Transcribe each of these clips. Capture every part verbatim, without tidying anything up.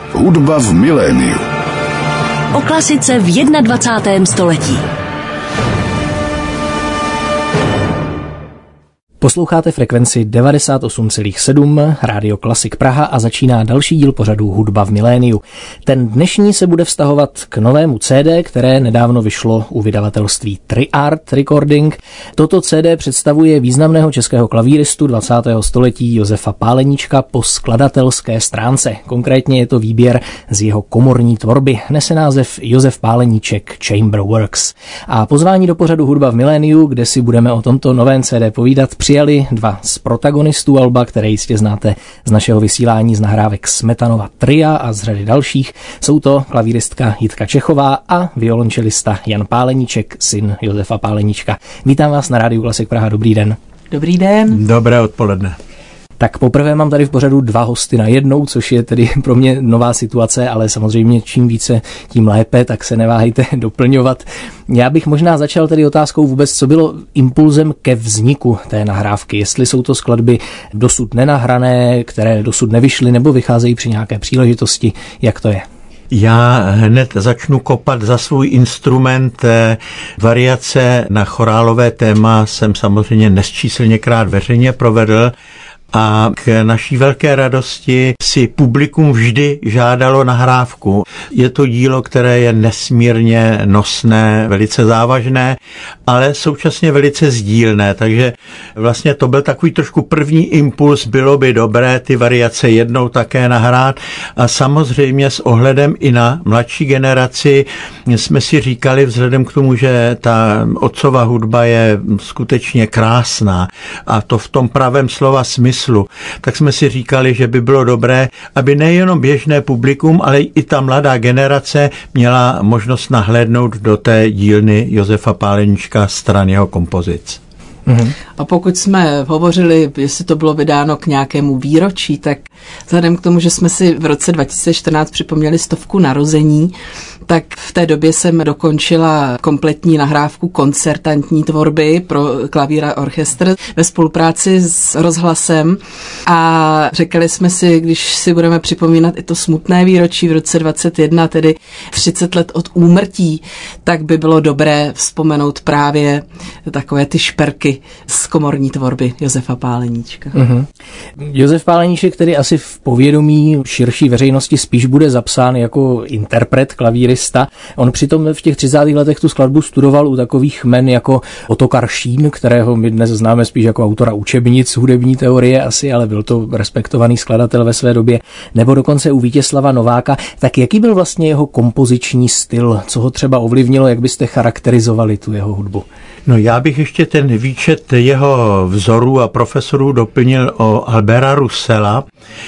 Hudba v miléniu. O klasice v dvacátém prvním století. Posloucháte frekvenci devadesát osm celá sedm Rádio Klasik Praha a začíná další díl pořadu Hudba v miléniu. Ten dnešní se bude vztahovat k novému C D, které nedávno vyšlo u vydavatelství Triart Recording. Toto C D představuje významného českého klavíristu dvacátého století Josefa Páleníčka po skladatelské stránce. Konkrétně je to výběr z jeho komorní tvorby. Nese název Josef Páleníček Chamber Works. A pozvání do pořadu Hudba v miléniu, kde si budeme o tomto novém C D povídat, přijali dva z protagonistů alba, které jistě znáte z našeho vysílání z nahrávek Smetanova tria a z řady dalších. Jsou to klavíristka Jitka Čechová a violončelista Jan Páleníček, syn Josefa Páleníčka. Vítám vás na Rádiu Klasik Praha. Dobrý den. Dobrý den. Dobré odpoledne. Tak poprvé mám tady v pořadu dva hosty na jednou, což je tedy pro mě nová situace, ale samozřejmě čím více, tím lépe, tak se neváhejte doplňovat. Já bych možná začal tedy otázkou vůbec, co bylo impulzem ke vzniku té nahrávky. Jestli jsou to skladby dosud nenahrané, které dosud nevyšly, nebo vycházejí při nějaké příležitosti, jak to je? Já hned začnu kopat za svůj instrument. Variace na chorálové téma jsem samozřejmě nesčíslněkrát veřejně provedl. A k naší velké radosti si publikum vždy žádalo nahrávku. Je to dílo, které je nesmírně nosné, velice závažné, ale současně velice sdílné. Takže vlastně to byl takový trošku první impuls, bylo by dobré ty variace jednou také nahrát. A samozřejmě s ohledem i na mladší generaci jsme si říkali, vzhledem k tomu, že ta otcova hudba je skutečně krásná a to v tom pravém slova smyslu, tak jsme si říkali, že by bylo dobré, aby nejenom běžné publikum, ale i ta mladá generace měla možnost nahlédnout do té dílny Josefa Páleníčka stran jeho kompozic. Mm-hmm. A pokud jsme hovořili, jestli to bylo vydáno k nějakému výročí, tak vzhledem k tomu, že jsme si v roce dva tisíce čtrnáct připomněli stovku narození, tak v té době jsem dokončila kompletní nahrávku koncertantní tvorby pro klavír a orchestr ve spolupráci s rozhlasem a řekli jsme si, když si budeme připomínat i to smutné výročí v roce dvacet jedna, tedy třicet let od úmrtí, tak by bylo dobré vzpomenout právě takové ty šperky z komorní tvorby Josefa Páleníčka. Mm-hmm. Josef Páleníček tedy asi v povědomí širší veřejnosti spíš bude zapsán jako interpret, klavírista. On přitom v těch třicátých letech tu skladbu studoval u takových men jako Ottokar Šín, kterého my dnes známe spíš jako autora učebnic hudební teorie asi, ale byl to respektovaný skladatel ve své době, nebo dokonce u Vítězslava Nováka. Tak jaký byl vlastně jeho kompoziční styl? Co ho třeba ovlivnilo? Jak byste charakterizovali tu jeho hudbu? No já bych ještě ten výčet jeho vzorů a profesorů doplnil o Alberta Roussela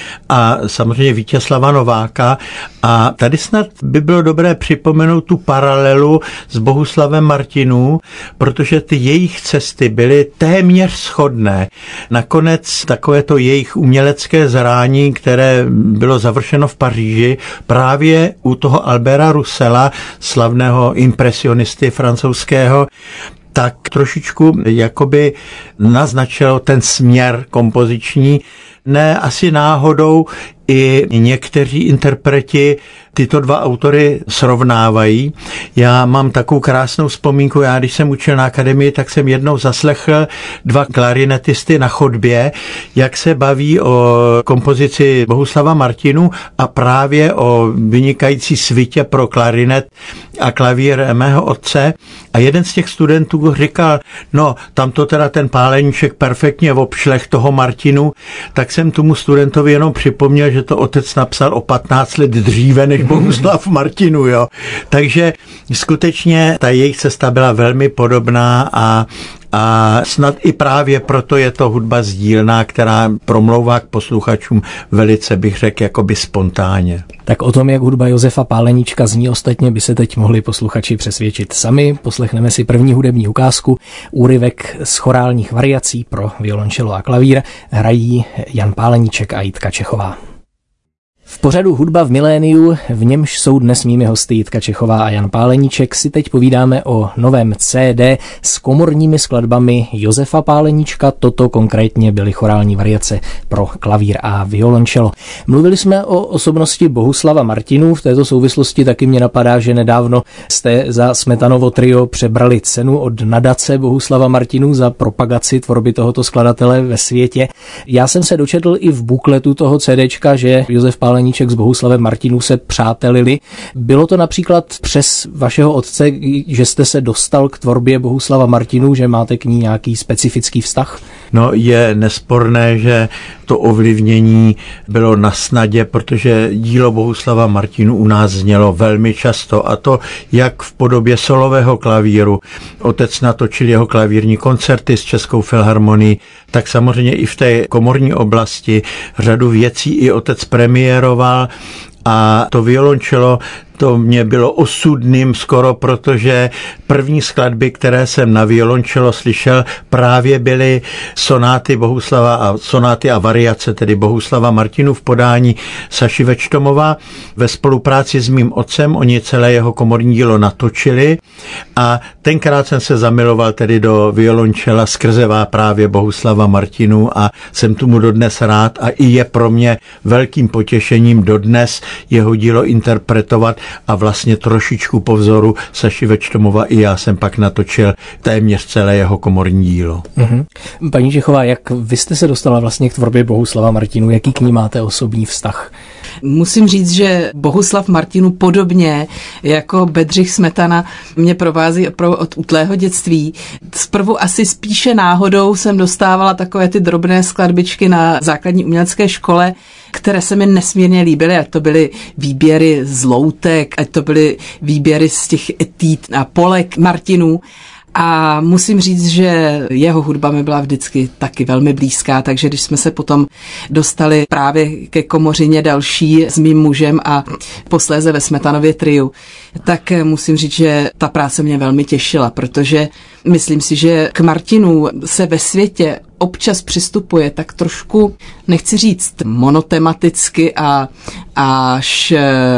a samozřejmě Vítězslava Nováka a tady snad by bylo dobré připomenout tu paralelu s Bohuslavem Martinů, protože ty jejich cesty byly téměř shodné. Nakonec takové to jejich umělecké zrání, které bylo završeno v Paříži, právě u toho Alberta Roussela, slavného impresionisty francouzského, tak trošičku jakoby naznačil ten směr kompoziční. Ne asi náhodou i někteří interpreti tyto dva autory srovnávají. Já mám takovou krásnou vzpomínku, já když jsem učil na akademii, tak jsem jednou zaslechl dva klarinetisty na chodbě, jak se baví o kompozici Bohuslava Martinů a právě o vynikající svitě pro klarinet a klavír mého otce. A jeden z těch studentů říkal, no tam to teda ten Páleníček perfektně obšlech toho Martinu, tak jsem tomu studentovi jenom připomněl, že to otec napsal o patnáct let dříve než Bohuslav Martinů, jo. Takže skutečně ta jejich cesta byla velmi podobná a A snad i právě proto je to hudba sdílná, která promlouvá k posluchačům velice, bych řekl, jakoby spontánně. Tak o tom, jak hudba Josefa Páleníčka zní ostatně, by se teď mohli posluchači přesvědčit sami. Poslechneme si první hudební ukázku, úryvek z chorálních variací pro violončelo a klavír. Hrají Jan Páleníček a Jitka Čechová. V pořadu Hudba v miléniu, v němž jsou dnes mými hosty Jitka Čechová a Jan Páleníček, si teď povídáme o novém C D s komorními skladbami Josefa Páleníčka. Toto konkrétně byly chorální variace pro klavír a violončelo. Mluvili jsme o osobnosti Bohuslava Martinů. V této souvislosti taky mě napadá, že nedávno jste za Smetanovo trio přebrali cenu od nadace Bohuslava Martinů za propagaci tvorby tohoto skladatele ve světě. Já jsem se dočetl i v bukletu toho CDčka, že Josef Páleníček s Bohuslavem Martinů se přátelili. Bylo to například přes vašeho otce, že jste se dostal k tvorbě Bohuslava Martinů, že máte k ní nějaký specifický vztah? No, je nesporné, že to ovlivnění bylo na snadě, protože dílo Bohuslava Martinů u nás znělo velmi často, a to jak v podobě solového klavíru. Otec natočil jeho klavírní koncerty s Českou filharmonií, tak samozřejmě i v té komorní oblasti řadu věcí i otec premiéroval. A to violončelo, to mě bylo osudným skoro, protože první skladby, které jsem na violončelo slyšel, právě byly sonáty Bohuslava a sonáty a variace, tedy Bohuslava Martinů v podání Saši Večtomova. Ve spolupráci s mým otcem oni celé jeho komorní dílo natočili a tenkrát jsem se zamiloval tedy do violončela skrze právě Bohuslava Martinů a jsem tomu dodnes rád a i je pro mě velkým potěšením dodnes jeho dílo interpretovat a vlastně trošičku po vzoru Saši Večtomova i já jsem pak natočil téměř celé jeho komorní dílo. Mm-hmm. Paní Čechová, jak vy jste se dostala vlastně k tvorbě Bohuslava Martinů? Jaký k ní máte osobní vztah? Musím říct, že Bohuslav Martinů podobně jako Bedřich Smetana mě provází od útlého dětství. Zprvu asi spíše náhodou jsem dostávala takové ty drobné skladbičky na základní umělecké škole, které se mi nesmírně líbily, ať to byly výběry z loutek, ať to byly výběry z těch etýd a polek Martinů. A musím říct, že jeho hudba mi byla vždycky taky velmi blízká, takže když jsme se potom dostali právě ke komořině další s mým mužem a posléze ve Smetanově triu, tak musím říct, že ta práce mě velmi těšila, protože myslím si, že k Martinů se ve světě občas přistupuje tak trošku, nechci říct monotematicky a až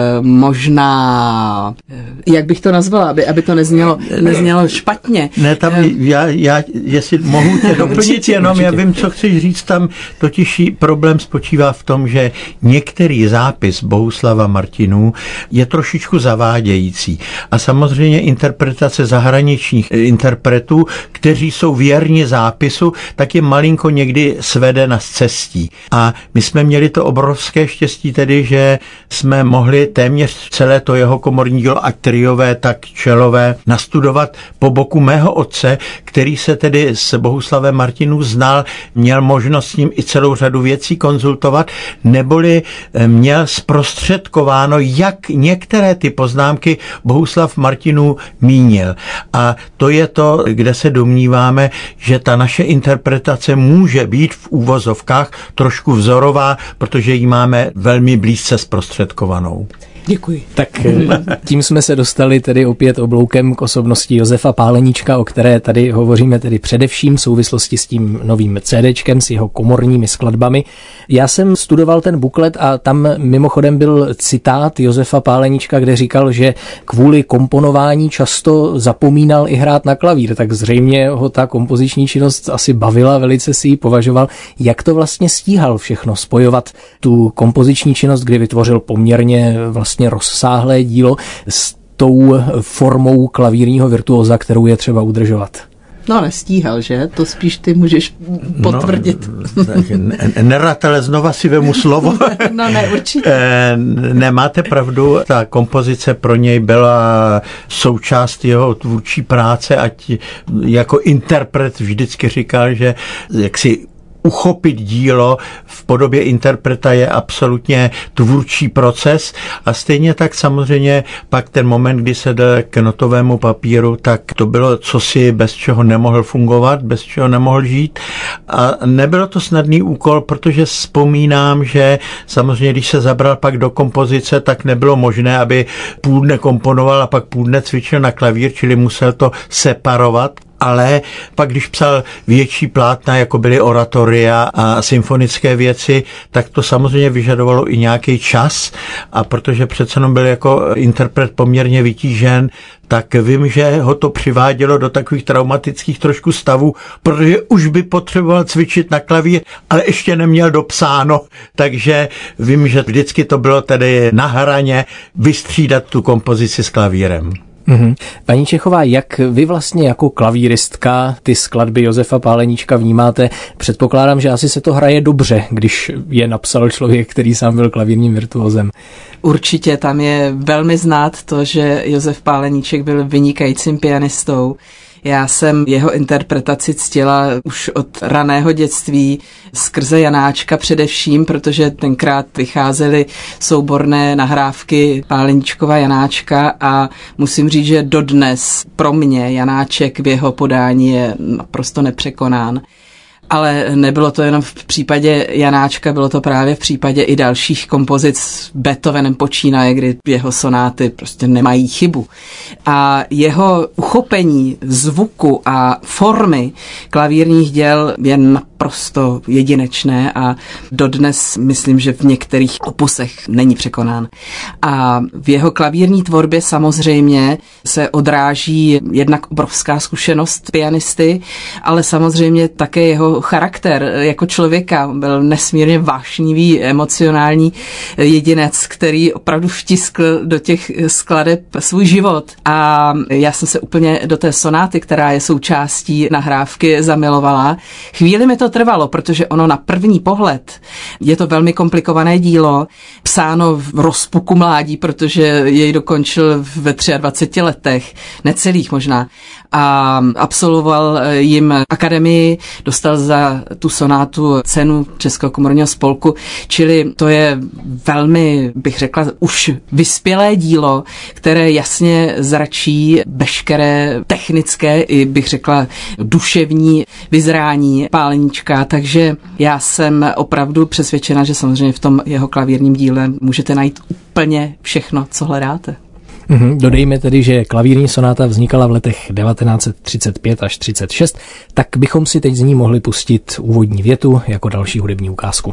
možná, jak bych to nazvala, aby, aby to neznělo, neznělo špatně. Ne, tam já, já jestli mohu tě doplnit jenom, určitě. Já vím, co chceš říct, tam totiž problém spočívá v tom, že některý zápis Bohuslava Martinů je trošičku zavádějící a samozřejmě interpretace zahraničních interpretů, kteří jsou věrni zápisu, tak je malinko někdy svedena z cestí. A my jsme měli to obrovské štěstí tedy, že jsme mohli téměř celé to jeho komorní dílo, ať triové, tak čelové, nastudovat po boku mého otce, který se tedy s Bohuslavem Martinů znal, měl možnost s ním i celou řadu věcí konzultovat, neboli měl zprostředkováno, jak některé ty poznámky Bohuslav Martinů mínil. A to je to, kde se domníváme, že ta naše interpretace může být v úvozovkách trošku vzorová, protože ji máme velmi blízce zprostředkovanou. Děkuji. Tak tím jsme se dostali tedy opět obloukem k osobnosti Josefa Páleníčka, o které tady hovoříme tedy především v souvislosti s tím novým CDčkem, s jeho komorními skladbami. Já jsem studoval ten buklet a tam mimochodem byl citát Josefa Páleníčka, kde říkal, že kvůli komponování často zapomínal i hrát na klavír, tak zřejmě ho ta kompoziční činnost asi bavila, velice si ji považoval. Jak to vlastně stíhal všechno spojovat tu kompoziční činnost, kdy vytvořil poměrně vlastně rozsáhlé dílo s tou formou klavírního virtuóza, kterou je třeba udržovat? No, nestíhal, že? To spíš ty můžeš potvrdit. No, nerad, ale znova si vemu slovo. No ne, určitě. Nemáte pravdu, ta kompozice pro něj byla součást jeho tvůrčí práce, ať jako interpret vždycky říkal, že jaksi uchopit dílo v podobě interpreta je absolutně tvůrčí proces a stejně tak samozřejmě pak ten moment, kdy se jde k notovému papíru, tak to bylo cosi, bez čeho nemohl fungovat, bez čeho nemohl žít a nebylo to snadný úkol, protože vzpomínám, že samozřejmě, když se zabral pak do kompozice, tak nebylo možné, aby půl dne komponoval a pak půl dne cvičil na klavír, čili musel to separovat. ale pak když psal větší plátna, jako byly oratoria a symfonické věci, tak to samozřejmě vyžadovalo i nějaký čas, a protože přece jenom byl jako interpret poměrně vytížen, tak vím, že ho to přivádělo do takových traumatických trošku stavů, protože už by potřeboval cvičit na klavír, ale ještě neměl dopsáno, takže vím, že vždycky to bylo tedy na hraně vystřídat tu kompozici s klavírem. Mm-hmm. Paní Čechová, jak vy vlastně jako klavíristka ty skladby Josefa Páleníčka vnímáte? Předpokládám, že asi se to hraje dobře, když je napsal člověk, který sám byl klavírním virtuózem. Určitě tam je velmi znát to, že Josef Páleníček byl vynikajícím pianistou. Já jsem jeho interpretaci ctila už od raného dětství skrze Janáčka především, protože tenkrát vycházely souborné nahrávky Páleníčkova Janáčka a musím říct, že dodnes pro mě Janáček v jeho podání je naprosto nepřekonán. Ale nebylo to jenom v případě Janáčka, bylo to právě v případě i dalších kompozic s Beethovenem počínaje, kdy jeho sonáty prostě nemají chybu. A jeho uchopení zvuku a formy klavírních děl je naprosto jedinečné a dodnes myslím, že v některých opusech není překonán. A v jeho klavírní tvorbě samozřejmě se odráží jednak obrovská zkušenost pianisty, ale samozřejmě také jeho charakter jako člověka. Byl nesmírně vášnivý, emocionální jedinec, který opravdu vtiskl do těch skladeb svůj život. A já jsem se úplně do té sonáty, která je součástí nahrávky, zamilovala. Chvíli mi to trvalo, protože ono na první pohled je to velmi komplikované dílo, psáno v rozpuku mládí, protože jej dokončil ve dvaceti třech letech, necelých možná. A absolvoval jim akademii, dostal za tu sonátu cenu Českého komorního spolku, čili to je velmi, bych řekla, už vyspělé dílo, které jasně zračí veškeré technické i, bych řekla, duševní vyzrání Páleníčka, takže já jsem opravdu přesvědčena, že samozřejmě v tom jeho klavírním díle můžete najít úplně všechno, co hledáte. Mm-hmm. Dodejme tedy, že klavírní sonáta vznikala v letech devatenáct set třicet pět až třicet šest, tak bychom si teď z ní mohli pustit úvodní větu jako další hudební ukázku.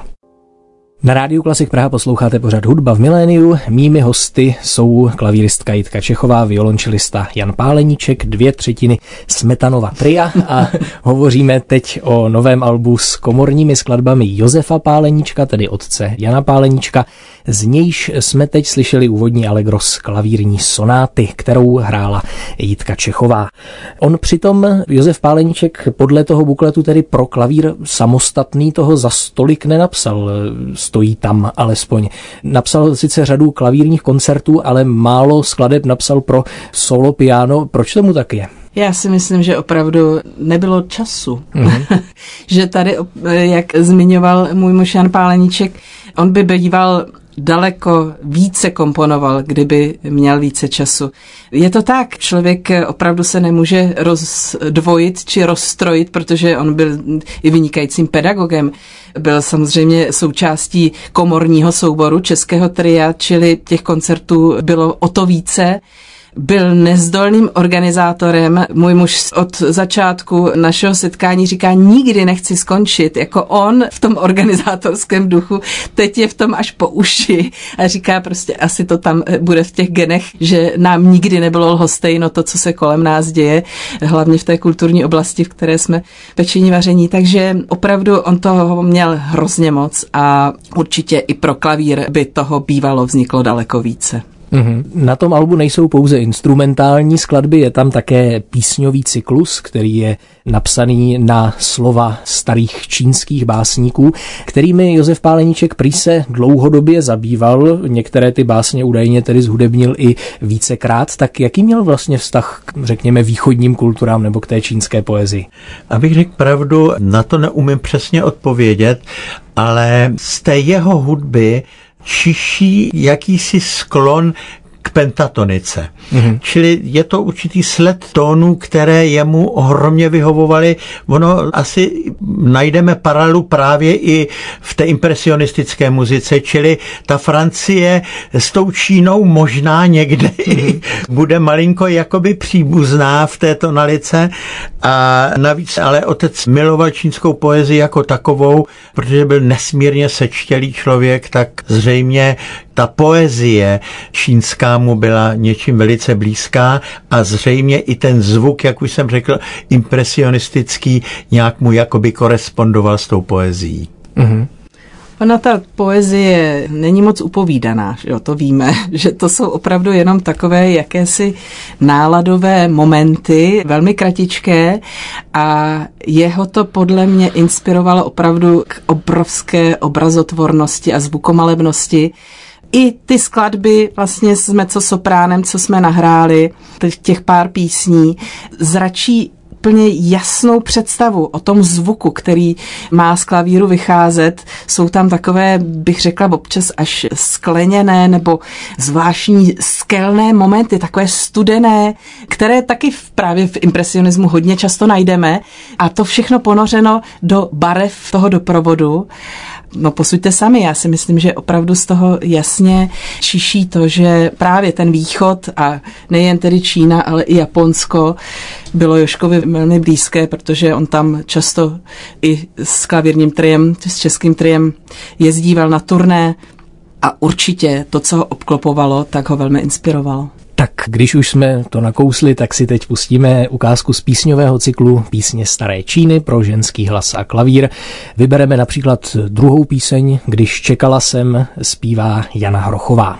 Na Rádiu Klasik Praha posloucháte pořad Hudba v miléniu. Mými hosty jsou klavíristka Jitka Čechová, violončelista Jan Páleníček, dvě třetiny Smetanova tria a hovoříme teď o novém albu s komorními skladbami Josefa Páleníčka, tedy otce Jana Páleníčka. Z nějž jsme teď slyšeli úvodní allegro z klavírní sonáty, kterou hrála Jitka Čechová. On přitom, Josef Páleníček, podle toho bukletu tedy pro klavír samostatný toho za stolik nenapsal, stojí tam alespoň. Napsal sice řadu klavírních koncertů, ale málo skladeb napsal pro solo piano. Proč tomu tak je? Já si myslím, že opravdu nebylo času. Mm-hmm. Že tady, jak zmiňoval můj muž Jan Páleníček, on by býval daleko více komponoval, kdyby měl více času. Je to tak, člověk opravdu se nemůže rozdvojit či rozstrojit, protože on byl i vynikajícím pedagogem. Byl samozřejmě součástí komorního souboru Českého tria, čili těch koncertů bylo o to více. Byl nezdolným organizátorem. Můj muž od začátku našeho setkání říká, nikdy nechci skončit, jako on v tom organizátorském duchu, teď je v tom až po uši a říká prostě, asi to tam bude v těch genech, že nám nikdy nebylo lhostejno to, co se kolem nás děje, hlavně v té kulturní oblasti, v které jsme pečení vaření, takže opravdu on toho měl hrozně moc a určitě i pro klavír by toho bývalo vzniklo daleko více. Mm-hmm. Na tom albu nejsou pouze instrumentální skladby, je tam také písňový cyklus, který je napsaný na slova starých čínských básníků, kterými Josef Páleníček prý se dlouhodobě zabýval. Některé ty básně údajně tedy zhudebnil i vícekrát. Tak jaký měl vlastně vztah k, řekněme, východním kulturám nebo k té čínské poezii? Abych řekl pravdu, na to neumím přesně odpovědět, ale z té jeho hudby čiší jakýsi sklon k pentatonice. Mm-hmm. Čili je to určitý sled tónů, které jemu ohromně vyhovovaly. Ono asi najdeme paralelu právě i v té impresionistické muzice, čili ta Francie s tou Čínou možná někde mm-hmm. bude malinko jakoby příbuzná v té tonalice a navíc ale otec miloval čínskou poezii jako takovou, protože byl nesmírně sečtělý člověk, tak zřejmě ta poezie čínská mu byla něčím velice blízká a zřejmě i ten zvuk, jak už jsem řekl, impresionistický, nějak mu jakoby korespondoval s tou poezií. Mm-hmm. Ona ta poezie není moc upovídaná, jo, to víme, že to jsou opravdu jenom takové jakési náladové momenty, velmi kratičké a jeho to podle mě inspirovalo opravdu k obrovské obrazotvornosti a zvukomalebnosti. I ty skladby vlastně s mezzosopránem, co jsme nahráli, těch pár písní, zračí úplně jasnou představu o tom zvuku, který má z klavíru vycházet. Jsou tam takové, bych řekla, občas až skleněné nebo zvláštní skelné momenty, takové studené, které taky v, právě v impresionismu hodně často najdeme. A to všechno ponořeno do barev toho doprovodu. No posuďte sami, já si myslím, že opravdu z toho jasně čiší to, že právě ten východ a nejen tedy Čína, ale i Japonsko bylo Jožkovi velmi blízké, protože on tam často i s klavírním triem, s českým triem jezdíval na turné a určitě to, co ho obklopovalo, tak ho velmi inspirovalo. Tak když už jsme to nakousli, tak si teď pustíme ukázku z písňového cyklu Písně staré Číny pro ženský hlas a klavír. Vybereme například druhou píseň Když čekala jsem, zpívá Jana Hrochová.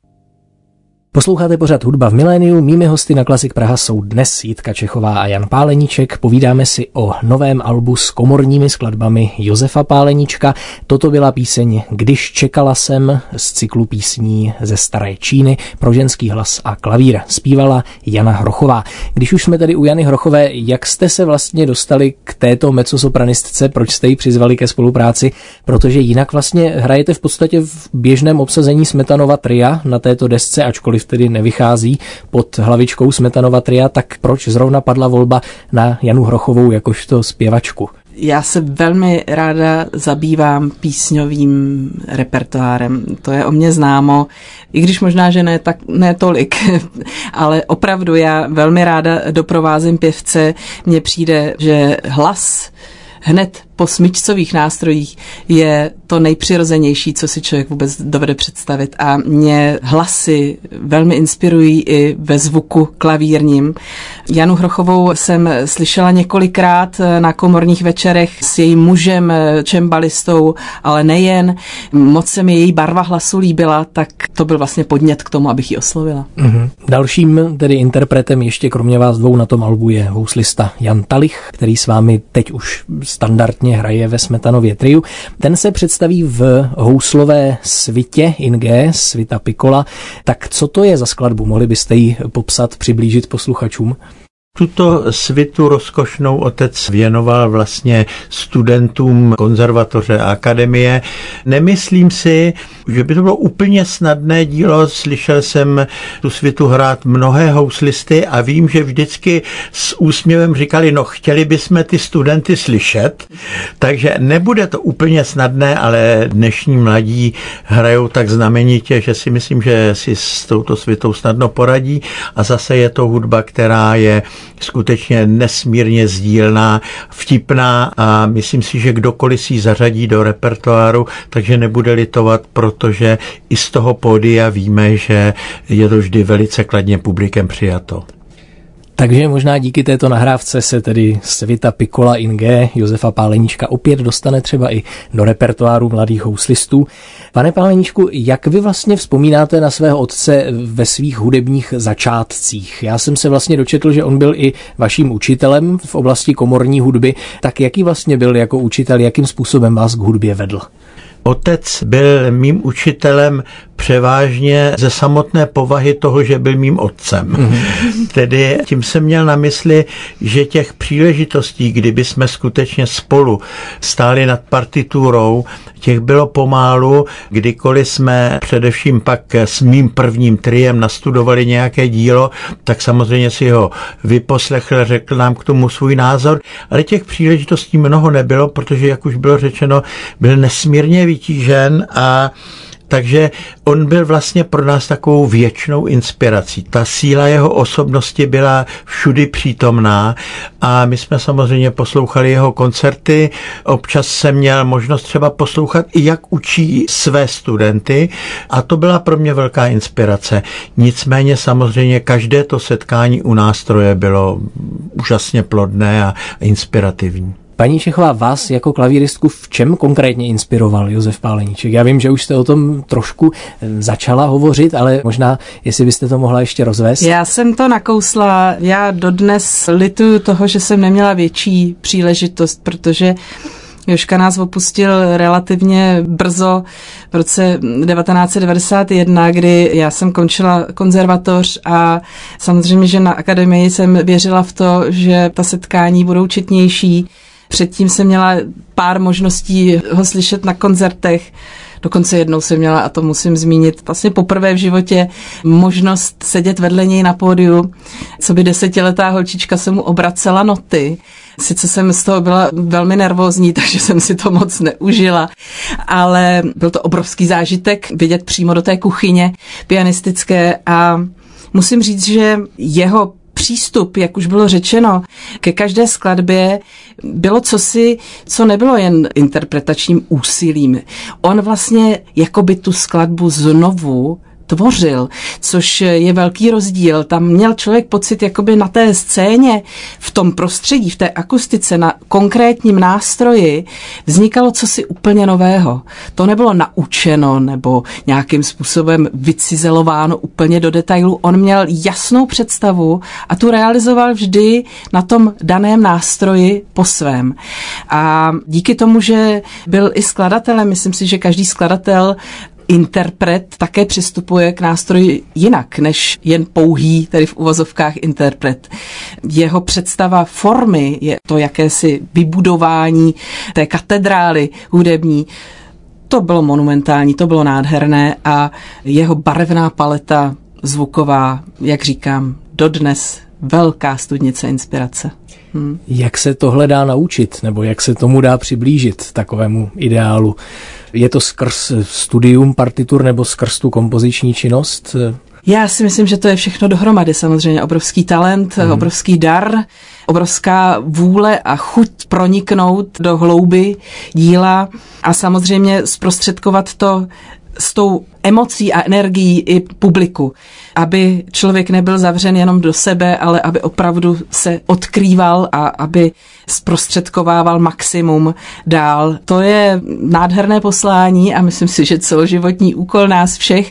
Posloucháte pořad Hudba v miléniu. Mými hosty na Klasik Praha jsou dnes Jitka Čechová a Jan Páleníček. Povídáme si o novém albu s komorními skladbami Josefa Páleníčka. Toto byla píseň Když čekala jsem z cyklu písní ze staré Číny pro ženský hlas a klavír. Zpívala Jana Hrochová. Když už jsme tady u Jany Hrochové, jak jste se vlastně dostali k této mezzosopranistce? Proč jste ji přizvali ke spolupráci? Protože jinak vlastně hrajete v podstatě v běžném obsazení Smetanova tria na této desce, ačkoliv tedy nevychází pod hlavičkou Smetanova tria, tak proč zrovna padla volba na Janu Hrochovou jakožto zpěvačku? Já se velmi ráda zabývám písňovým repertoárem. To je o mě známo, i když možná, že ne, tak, ne tolik, ale opravdu já velmi ráda doprovázím pěvce. Mně přijde, že hlas hned po smyčcových nástrojích je to nejpřirozenější, co si člověk vůbec dovede představit. A mě hlasy velmi inspirují i ve zvuku klavírním. Janu Hrochovou jsem slyšela několikrát na komorních večerech s jejím mužem, čembalistou, ale nejen. Moc se mi její barva hlasu líbila, tak to byl vlastně podnět k tomu, abych ji oslovila. Mm-hmm. Dalším tedy interpretem ještě kromě vás dvou na tom albu je houslista Jan Talich, který s vámi teď už standardně hraje ve Smetanově triu. Ten se představí v houslové svitě in G, svita Piccola. Tak co to je za skladbu? Mohli byste ji popsat, přiblížit posluchačům? Tuto svitu rozkošnou otec věnoval vlastně studentům konzervatoře a akademie. Nemyslím si, že by to bylo úplně snadné dílo. Slyšel jsem tu svitu hrát mnohé houslisty a vím, že vždycky s úsměvem říkali, no chtěli bychom ty studenty slyšet, takže nebude to úplně snadné, ale dnešní mladí hrajou tak znamenitě, že si myslím, že si s touto svitou snadno poradí a zase je to hudba, která je skutečně nesmírně sdílná, vtipná a myslím si, že kdokoliv si ji zařadí do repertoáru, takže nebude litovat, protože i z toho pódia víme, že je to vždy velice kladně publikem přijato. Takže možná díky této nahrávce se tedy svita Piccola in G Josefa Páleníčka opět dostane třeba i do repertoáru mladých houslistů. Pane Páleníčku, jak vy vlastně vzpomínáte na svého otce ve svých hudebních začátcích? Já jsem se vlastně dočetl, že on byl i vaším učitelem v oblasti komorní hudby. Tak jaký vlastně byl jako učitel, jakým způsobem vás k hudbě vedl? Otec byl mým učitelem převážně ze samotné povahy toho, že byl mým otcem. Mm-hmm. Tedy tím jsem měl na mysli, že těch příležitostí, kdyby jsme skutečně spolu stáli nad partiturou, těch bylo pomálu, kdykoliv jsme především pak s mým prvním triem nastudovali nějaké dílo, tak samozřejmě si ho vyposlechl, řekl nám k tomu svůj názor, ale těch příležitostí mnoho nebylo, protože, jak už bylo řečeno, byl nesmírně vytížen a takže on byl vlastně pro nás takovou věčnou inspirací. Ta síla jeho osobnosti byla všudy přítomná a my jsme samozřejmě poslouchali jeho koncerty. Občas jsem měl možnost třeba poslouchat i jak učí své studenty a to byla pro mě velká inspirace. Nicméně samozřejmě každé to setkání u nástroje bylo úžasně plodné a inspirativní. Paní Čechová, vás jako klavíristku v čem konkrétně inspiroval Josef Páleníček? Já vím, že už jste o tom trošku začala hovořit, ale možná, jestli byste to mohla ještě rozvést. Já jsem to nakousla. Já dodnes lituju toho, že jsem neměla větší příležitost, protože Jožka nás opustil relativně brzo v roce devatenáct set devadesát jedna, kdy já jsem končila konzervatoř a samozřejmě, že na akademii jsem věřila v to, že ta setkání budou četnější. Předtím jsem měla pár možností ho slyšet na koncertech. Dokonce jednou jsem měla, a to musím zmínit, vlastně poprvé v životě možnost sedět vedle něj na pódiu. Co by desetiletá holčička se mu obracela noty. Sice jsem z toho byla velmi nervózní, takže jsem si to moc neužila, ale byl to obrovský zážitek vidět přímo do té kuchyně pianistické a musím říct, že jeho přístup, jak už bylo řečeno, ke každé skladbě bylo cosi, co nebylo jen interpretačním úsilím. On vlastně jakoby tu skladbu znovu tvořil, což je velký rozdíl. Tam měl člověk pocit, jakoby na té scéně, v tom prostředí, v té akustice, na konkrétním nástroji vznikalo cosi úplně nového. To nebylo naučeno nebo nějakým způsobem vycizelováno úplně do detailu. On měl jasnou představu a tu realizoval vždy na tom daném nástroji po svém. A díky tomu, že byl i skladatelem, myslím si, že každý skladatel interpret také přistupuje k nástroji jinak, než jen pouhý, tedy v uvozovkách interpret. Jeho představa formy je to jakési vybudování té katedrály hudební. To bylo monumentální, to bylo nádherné a jeho barevná paleta zvuková, jak říkám, dodnes velká studnice inspirace. Hmm. Jak se tohle dá naučit, nebo jak se tomu dá přiblížit, takovému ideálu? Je to skrz studium partitur nebo skrz tu kompoziční činnost? Já si myslím, že to je všechno dohromady. Samozřejmě obrovský talent, hmm. obrovský dar, obrovská vůle a chuť proniknout do hlouby díla a samozřejmě zprostředkovat to s tou emocí a energií i publiku, aby člověk nebyl zavřen jenom do sebe, ale aby opravdu se odkrýval a aby zprostředkovával maximum dál. To je nádherné poslání a myslím si, že celoživotní úkol nás všech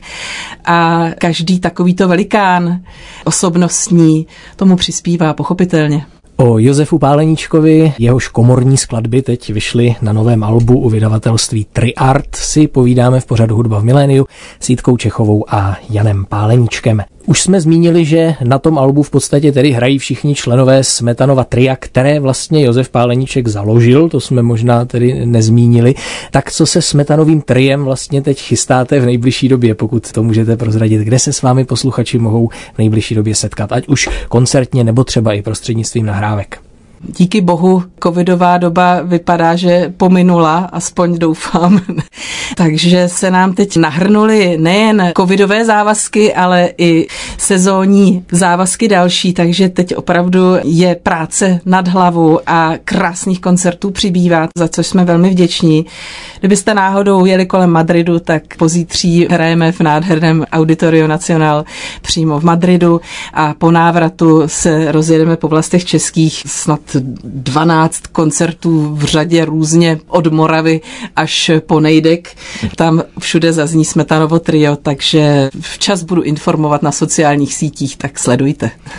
a každý takovýto velikán osobnostní tomu přispívá pochopitelně. O Josefu Páleníčkovi, jehož komorní skladby teď vyšly na novém albu u vydavatelství Triart, si povídáme v pořadu Hudba v miléniu s Jitkou Čechovou a Janem Páleníčkem. Už jsme zmínili, že na tom albu v podstatě tedy hrají všichni členové Smetanova tria, které vlastně Josef Páleníček založil, to jsme možná tedy nezmínili. Tak co se Smetanovým triem vlastně teď chystáte v nejbližší době, pokud to můžete prozradit, kde se s vámi posluchači mohou v nejbližší době setkat, ať už koncertně nebo třeba i prostřednictvím nahrávek? Díky bohu covidová doba vypadá, že pominula, aspoň doufám. Takže se nám teď nahrnuly nejen covidové závazky, ale i sezónní závazky další, takže teď opravdu je práce nad hlavu a krásných koncertů přibývá, za což jsme velmi vděční. Kdybyste náhodou jeli kolem Madridu, tak pozítří hrajeme v nádherném Auditorio Nacional přímo v Madridu a po návratu se rozjedeme po vlastech českých snad dvanáct koncertů v řadě různě od Moravy až po Nejdek. Tam všude zazní Smetanovo trio, takže včas budu informovat na sociálních sítích, tak sledujte.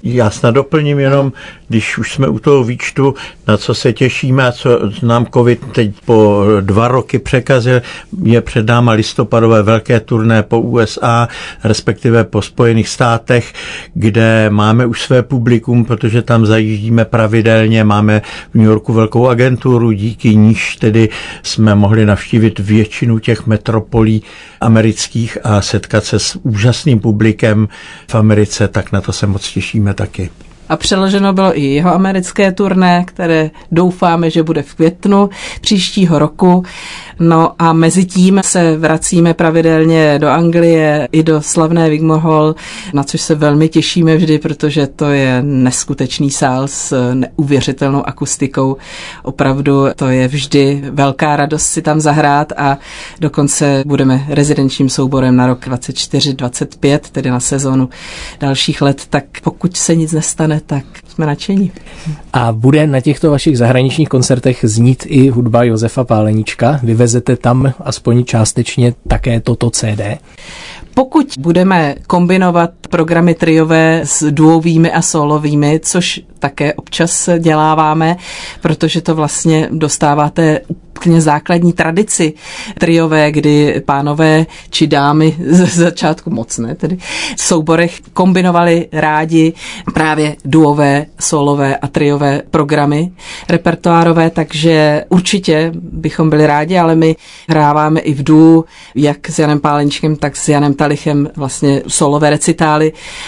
Já snad doplním jenom, když už jsme u toho výčtu, na co se těšíme a co nám covid teď po dva roky překazil, je před náma listopadové velké turné po U S A, respektive po Spojených státech, kde máme už své publikum, protože tam zajíždíme pravidelně, máme v New Yorku velkou agenturu, díky níž tedy jsme mohli navštívit většinu těch metropolí amerických a setkat se s úžasným publikem v Americe, tak na to se moc těšíme taky. A přeloženo bylo i jeho americké turné, které doufáme, že bude v květnu příštího roku. No a mezi tím se vracíme pravidelně do Anglie i do slavné Wigmore Hall, na což se velmi těšíme vždy, protože to je neskutečný sál s neuvěřitelnou akustikou. Opravdu to je vždy velká radost si tam zahrát a dokonce budeme rezidenčním souborem na rok dvacet čtyři dvacet pět, tedy na sezónu dalších let, tak pokud se nic nestane, tak jsme nadšení. A bude na těchto vašich zahraničních koncertech znít i hudba Josefa Páleníčka? Vyvezete tam aspoň částečně také toto C D? Pokud budeme kombinovat programy triové s duovými a solovými, což také občas děláváme, protože to vlastně dostáváte úplně základní tradici triové, kdy pánové či dámy z začátku moc ne, tedy v souborech kombinovali rádi právě duové, solové a triové programy repertoárové, takže určitě bychom byli rádi, ale my hráváme i v duu, jak s Janem Páleníčkem, tak s Janem Talichem vlastně solové recitály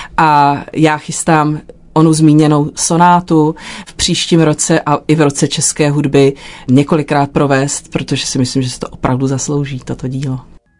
a já chystám onu zmíněnou sonátu v příštím roce a i v roce české hudby několikrát provést, protože si myslím, že se to opravdu zaslouží, toto dílo.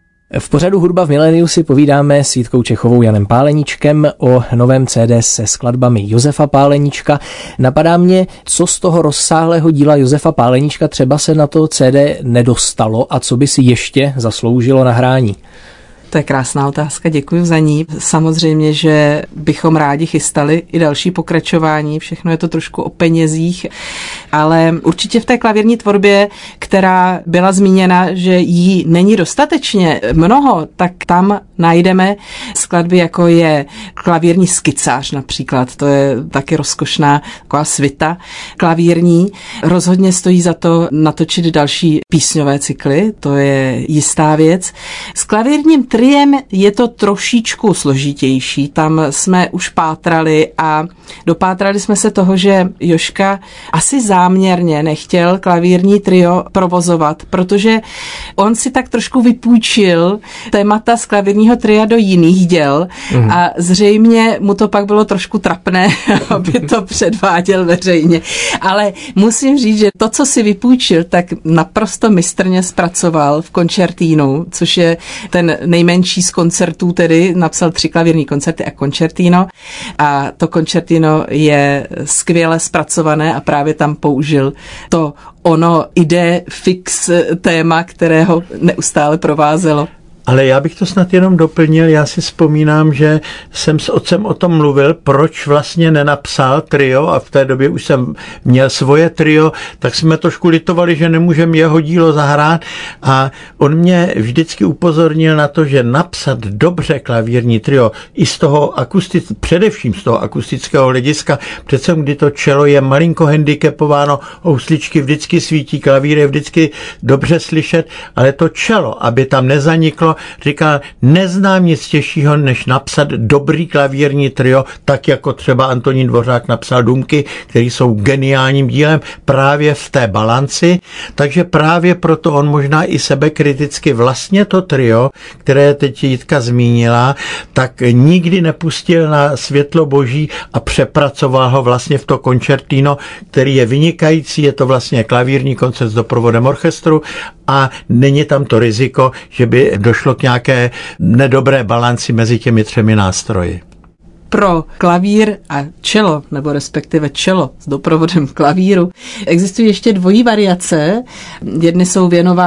V pořadu Hudba v miléniu si povídáme s Jitkou Čechovou, Janem Páleníčkem o novém C D se skladbami Josefa Páleníčka. Napadá mě, co z toho rozsáhlého díla Josefa Páleníčka třeba se na to C D nedostalo a co by si ještě zasloužilo nahrání? To je krásná otázka, děkuji za ní. Samozřejmě, že bychom rádi chystali i další pokračování, všechno je to trošku o penězích, ale určitě v té klavírní tvorbě, která byla zmíněna, že jí není dostatečně mnoho, tak tam najdeme skladby, jako je klavírní skicář například, to je taky rozkošná taková svita klavírní. Rozhodně stojí za to natočit další písňové cykly, to je jistá věc. S klavírním triem je to trošičku složitější, tam jsme už pátrali a dopátrali jsme se toho, že Jožka asi záměrně nechtěl klavírní trio provozovat, protože on si tak trošku vypůjčil témata z klavírního tria do jiných děl mm. a zřejmě mu to pak bylo trošku trapné, aby to předváděl veřejně. Ale musím říct, že to, co si vypůjčil, tak naprosto mistrně zpracoval v koncertínu, což je ten nejmenší z koncertů, tedy napsal tři klavírní koncerty a koncertino a to koncertino je skvěle zpracované a právě tam použil to ono ide fix téma, které ho neustále provázelo. Ale já bych to snad jenom doplnil, já si vzpomínám, že jsem s otcem o tom mluvil, proč vlastně nenapsal trio a v té době už jsem měl svoje trio, tak jsme trošku litovali, že nemůžeme jeho dílo zahrát a on mě vždycky upozornil na to, že napsat dobře klavírní trio i z toho akustic, především z toho akustického hlediska, přece kdy to čelo je malinko handicapováno, housličky vždycky svítí, klavír je vždycky dobře slyšet, ale to čelo, aby tam nezaniklo, říkal, neznám nic těžšího, než napsat dobrý klavírní trio, tak jako třeba Antonín Dvořák napsal Dumky, které jsou geniálním dílem právě v té balanci, takže právě proto on možná i sebekriticky vlastně to trio, které teď Jitka zmínila, tak nikdy nepustil na světlo boží a přepracoval ho vlastně v to koncertino, který je vynikající, je to vlastně klavírní koncert s doprovodem orchestru a není tam to riziko, že by došlo k nějaké nedobré balanci mezi těmi třemi nástroji. Pro klavír a čelo, nebo respektive čelo s doprovodem klavíru, existují ještě dvojí variace. Jedny jsou věnovány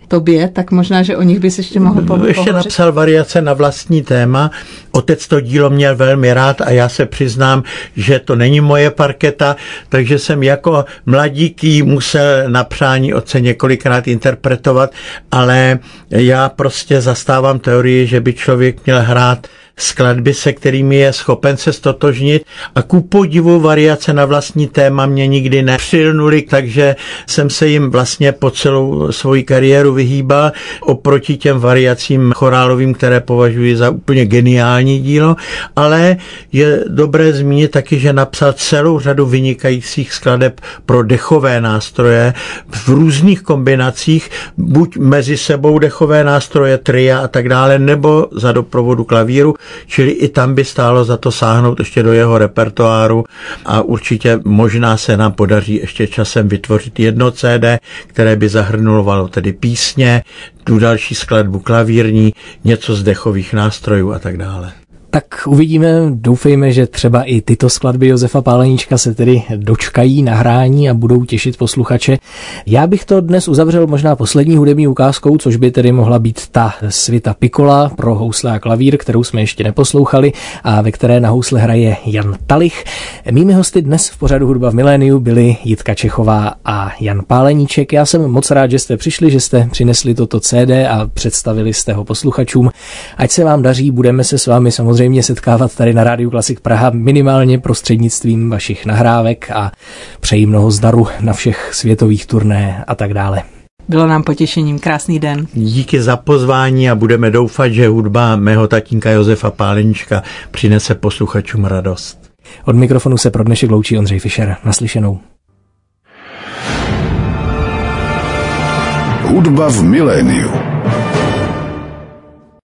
tobě, tak možná, že o nich bys ještě mohl pohovořit. Ještě napsal variace na vlastní téma. Otec to dílo měl velmi rád a já se přiznám, že to není moje parketa, takže jsem jako mladík jí musel na přání otce několikrát interpretovat, ale já prostě zastávám teorii, že by člověk měl hrát skladby, se kterými je schopen se stotožnit, a ku podivu variace na vlastní téma mě nikdy nepřilnuly, takže jsem se jim vlastně po celou svoji kariéru vyhýbal oproti těm variacím chorálovým, které považuji za úplně geniální dílo, ale je dobré zmínit taky, že napsal celou řadu vynikajících skladeb pro dechové nástroje v různých kombinacích, buď mezi sebou dechové nástroje, tria a tak dále, nebo za doprovodu klavíru. Čili i tam by stálo za to sáhnout ještě do jeho repertoáru a určitě možná se nám podaří ještě časem vytvořit jedno cé dé, které by zahrnovalo tedy písně, tu další skladbu klavírní, něco z dechových nástrojů a tak dále. Tak uvidíme, doufejme, že třeba i tyto skladby Josefa Páleníčka se tedy dočkají nahrání a budou těšit posluchače. Já bych to dnes uzavřel možná poslední hudební ukázkou, což by tedy mohla být ta svita Piccola pro housle a klavír, kterou jsme ještě neposlouchali a ve které na housle hraje Jan Talich. Mými hosty dnes v pořadu Hudba v miléniu byli Jitka Čechová a Jan Páleníček. Já jsem moc rád, že jste přišli, že jste přinesli toto cé dé a představili jste ho posluchačům. Ať se vám daří, budeme se s vámi samozřejmě setkávat tady na Rádiu Klasik Praha minimálně prostřednictvím vašich nahrávek a přeji mnoho zdaru na všech světových turné a tak dále. Bylo nám potěšením, krásný den. Díky za pozvání a budeme doufat, že hudba mého tatínka Josefa Páleníčka přinese posluchačům radost. Od mikrofonu se pro dnešek loučí Ondřej Fischer. Naslyšenou. Hudba v miléniu.